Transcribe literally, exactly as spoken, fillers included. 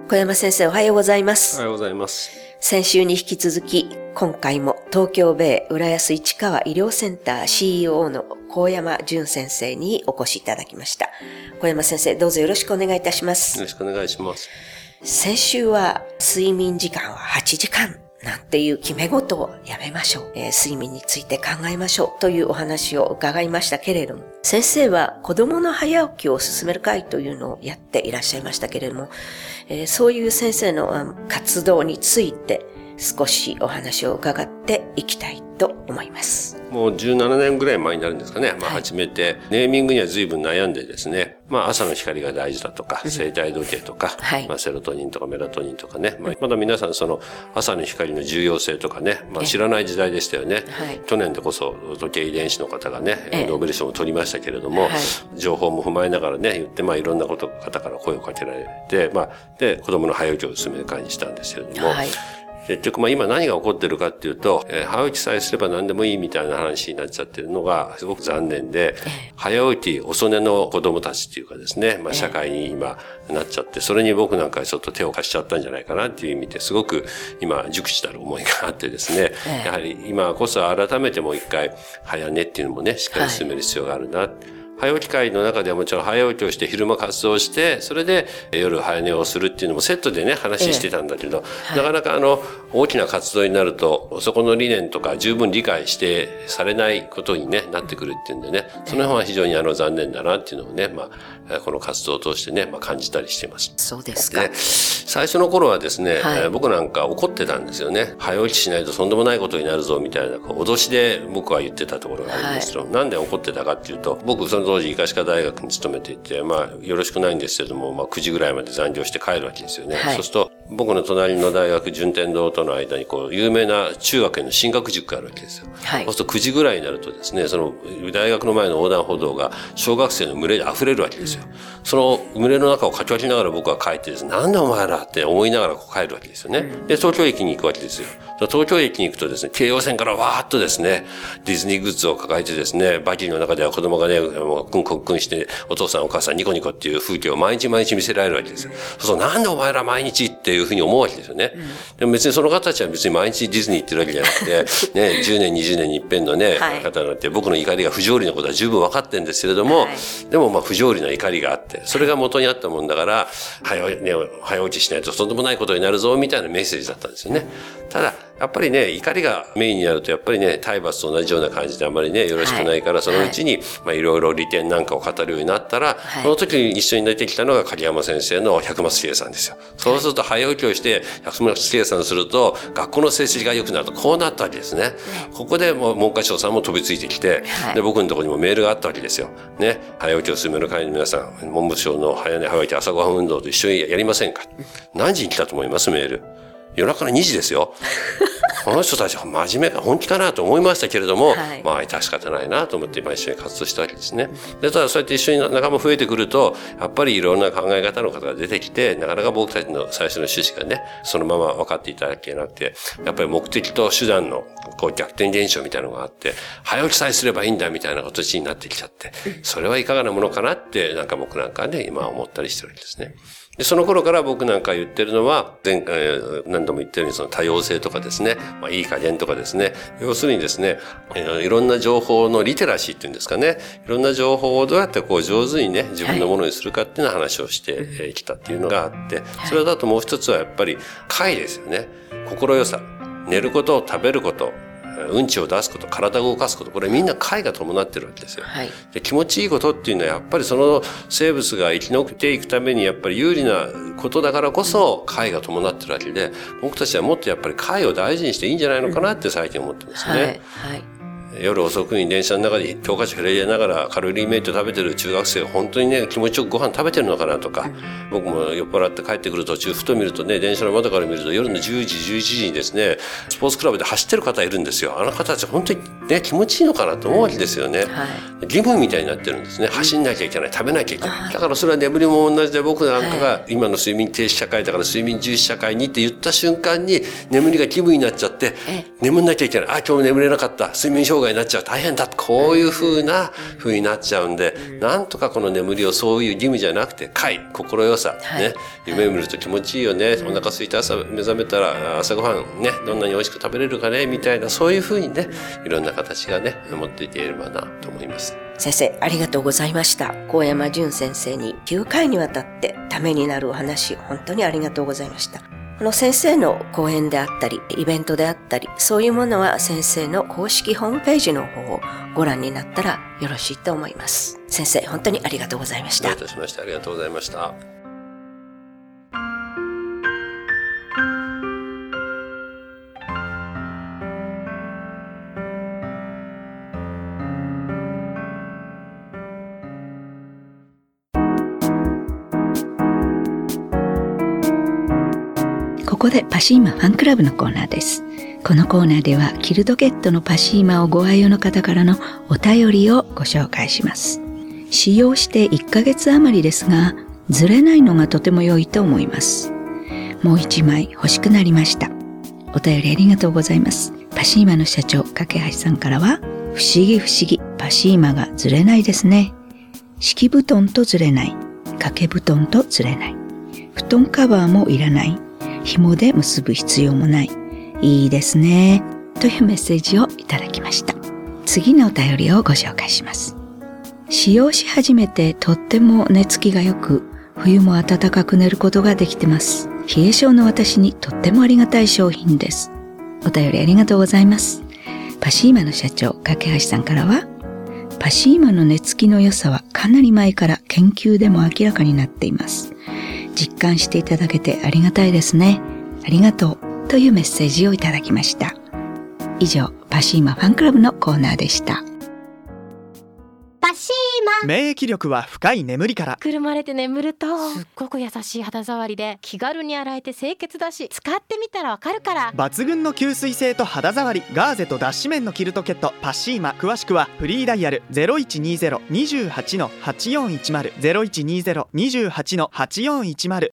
小山先生、おはようございます。 おはようございます。 先週に引き続き、今回も東京米浦安市川医療センター シーイーオー の高山淳先生にお越しいただきました。小山先生、どうぞよろしくお願いいたします。 よろしくお願いします。 先週は睡眠時間ははちじかんなんていう決め事をやめましょう、えー、睡眠について考えましょうというお話を伺いましたけれども、先生は子供の早起きを進める会というのをやっていらっしゃいましたけれども、えー、そういう先生の活動について少しお話を伺っていきたいと思います。 もうじゅうななねんぐらい前になるんですかね。まあ始めて、はい、ネーミングには随分悩んでですね、まあ朝の光が大事だとか、生体時計とか、はい、まあセロトニンとかメラトニンとかね、まあ、まだ皆さんその朝の光の重要性とかね、まあ知らない時代でしたよね。はい、去年でこそ時計遺伝子の方がね、ノーベル賞を取りましたけれども、はい、情報も踏まえながらね、言って、まあいろんなこと方から声をかけられて、まあで子供の早起きを進める会にしたんですけれども、はい、結局まあ今何が起こってるかっていうと、えー、早起きさえすれば何でもいいみたいな話になっちゃってるのがすごく残念で、早起き遅寝の子供たちっていうかですね、まあ社会に今なっちゃって、それに僕なんかちょっと手を貸しちゃったんじゃないかなっていう意味ですごく今熟知たる思いがあってですね、やはり今こそ改めてもう一回早寝っていうのもね、しっかり進める必要があるな。はい、早起き会の中ではもちろん早起きをして昼間活動して、それで夜早寝をするっていうのもセットでね、話してたんだけど、ええはい、なかなかあの、大きな活動になると、そこの理念とか十分理解してされないことにね、なってくるっていうんでね、その辺は非常にあの残念だなっていうのをね、まあ、この活動を通してね、まあ感じたりしています。 そうですか。 で、最初の頃はですね、はい、僕なんか怒ってたんですよね。早起きしないととんでもないことになるぞみたいな、こう脅しで僕は言ってたところがあるんですけど、はい、なんで怒ってたかっていうと、僕その当時医科歯科大学に勤めていて、まあよろしくないんですけれども、まあくじぐらいまで残業して帰るわけですよね。はい、そうすると僕の隣の大学順天堂との間にこう有名な中学への進学塾があるわけですよ。はい、そうするとくじぐらいになるとですね、その大学の前の横断歩道が小学生の群れで溢れるわけですよ。うん、その群れの中をかき分けながら僕は帰ってですね、なんでお前らって思いながらこう帰るわけですよね。で、東京駅に行くわけですよ。東京駅に行くとですね、京葉線からわーっとですね、ディズニーグッズを抱えてですね、バギーの中では子供がね、もうクンコンクンして、お父さんお母さんニコニコっていう風景を毎日毎日見せられるわけですよ。そうそう、なんでお前ら毎日っていうふうに思うわけですよね。うん、でも別にその方たちは別に毎日ディズニー行ってるわけじゃなくて、ね、じゅうねん、にじゅうねんに一遍のね、はい、方なんて僕の怒りが不条理なことは十分分かってるんですけれども、はい、でもまあ不条理な怒りがあって、それが元にあったもんだから、早、ね、早起きしないととんでもないことになるぞ、みたいなメッセージだったんですよね。ただ、やっぱりね、怒りがメインになると、やっぱりね、体罰と同じような感じであんまりね、よろしくないから、はい、そのうちに、まあいろいろ利点なんかを語るようになったら、はい、その時に一緒に出てきたのが鍵山先生の百松計算ですよ。そうすると早起きをして百松計算すると、学校の成績が良くなると、こうなったわけですね。はい、ここでもう文科省さんも飛びついてきて、はい、で、僕のところにもメールがあったわけですよ。ね、早起きを進める会の皆さん、文部省の早寝早起き朝ごはん運動と一緒にやりませんか？何時に来たと思います？メール。夜中のにじですよ。この人たちは真面目か本気かなと思いましたけれども、はい、まあ致し方ないなと思って今一緒に活動したわけですね。で、ただそうやって一緒に仲間増えてくると、やっぱりいろんな考え方の方が出てきて、なかなか僕たちの最初の趣旨がね、そのまま分かっていただけなくて、やっぱり目的と手段のこう逆転現象みたいなのがあって、早起きさえすればいいんだみたいな形になってきちゃって、それはいかがなものかなって、なんか僕なんかね、今思ったりしてるわけですね。で、その頃から僕なんか言ってるのは、前回何度も言ったようにその多様性とかですね、まあいい加減とかですね、要するにですね、いろんな情報のリテラシーっていうんですかね、いろんな情報をどうやってこう上手にね、自分のものにするかっていうの話をしてきたっていうのがあって、それだともう一つはやっぱり快ですよね。心よさ。寝ること、食べること、うんちを出すこと、体を動かすこと、これみんな快が伴ってるわけですよ。はい、で気持ちいいことっていうのはやっぱりその生物が生き残っていくためにやっぱり有利なことだからこそ快が伴ってるわけで、僕たちはもっとやっぱり快を大事にしていいんじゃないのかなって最近思ってますね。はいはい夜遅くに電車の中で教科書広げながらカロリーメイト食べてる中学生が本当にね気持ちよくご飯食べてるのかなとか、僕も酔っ払って帰ってくる途中ふと見るとね、電車の窓から見ると夜のじゅうじじゅういちじにですねスポーツクラブで走ってる方いるんですよ。あの方たち本当にね気持ちいいのかなと思うわけですよね、はい、義務みたいになってるんですね。走んなきゃいけない、食べなきゃいけない。だからそれは眠りも同じで、僕なんかが今の睡眠停止社会だから睡眠重視社会にって言った瞬間に眠りが義務になっちゃって、眠んなきゃいけない、あ今日も眠れなかった、睡眠障障害になっちゃう大変だ、こういう風な風になっちゃうんで、なんとかこの眠りをそういう義務じゃなくて快、心よさ、はい、ね、夢を見ると気持ちいいよね、お腹空いて朝目覚めたら朝ごはんね、どんなに美味しく食べれるかねみたいな、そういう風にね、いろんな形がね持っていければなと思います。 先生、ありがとうございました。高山純先生にきゅうかいにわたってためになるお話、本当にありがとうございました。この先生の講演であったり、イベントであったり、そういうものは先生の公式ホームページの方をご覧になったらよろしいと思います。先生、本当にありがとうございました。 どういたしまして、ありがとうございました。 ここでパシーマファンクラブのコーナーです。このコーナーではキルトケットのパシーマをご愛用の方からのお便りをご紹介します。使用していっかげつ余りですが、ずれないのがとても良いと思います。もう一枚欲しくなりました。お便りありがとうございます。パシーマの社長、架橋さんからは、不思議不思議、パシーマがずれないですね。敷布団とずれない、掛け布団とずれない、布団カバーもいらない、紐で結ぶ必要もない。いいですね。というメッセージをいただきました。次のお便りをご紹介します。使用し始めてとっても寝つきが良く、冬も暖かく寝ることができてます。冷え性の私にとってもありがたい商品です。お便りありがとうございます。パシーマの社長、架橋さんからは、パシーマの寝つきの良さはかなり前から研究でも明らかになっています。実感していただけてありがたいですね。ありがとうというメッセージをいただきました。以上、パシーマファンクラブのコーナーでした。 パシーマ。 免疫力は深い眠りから。 くるまれて眠るとすっごく優しい肌触りで気軽に洗えて清潔だし、使ってみたらわかるから。 抜群の吸水性と肌触り、ガーゼと脱脂綿のキルトケットパシーマ。詳しくはフリーダイヤル ゼロいちにゼロ にじゅうはちのはちよんいちゼロ ゼロいちにゼロ にじゅうはちのはちよんいちゼロ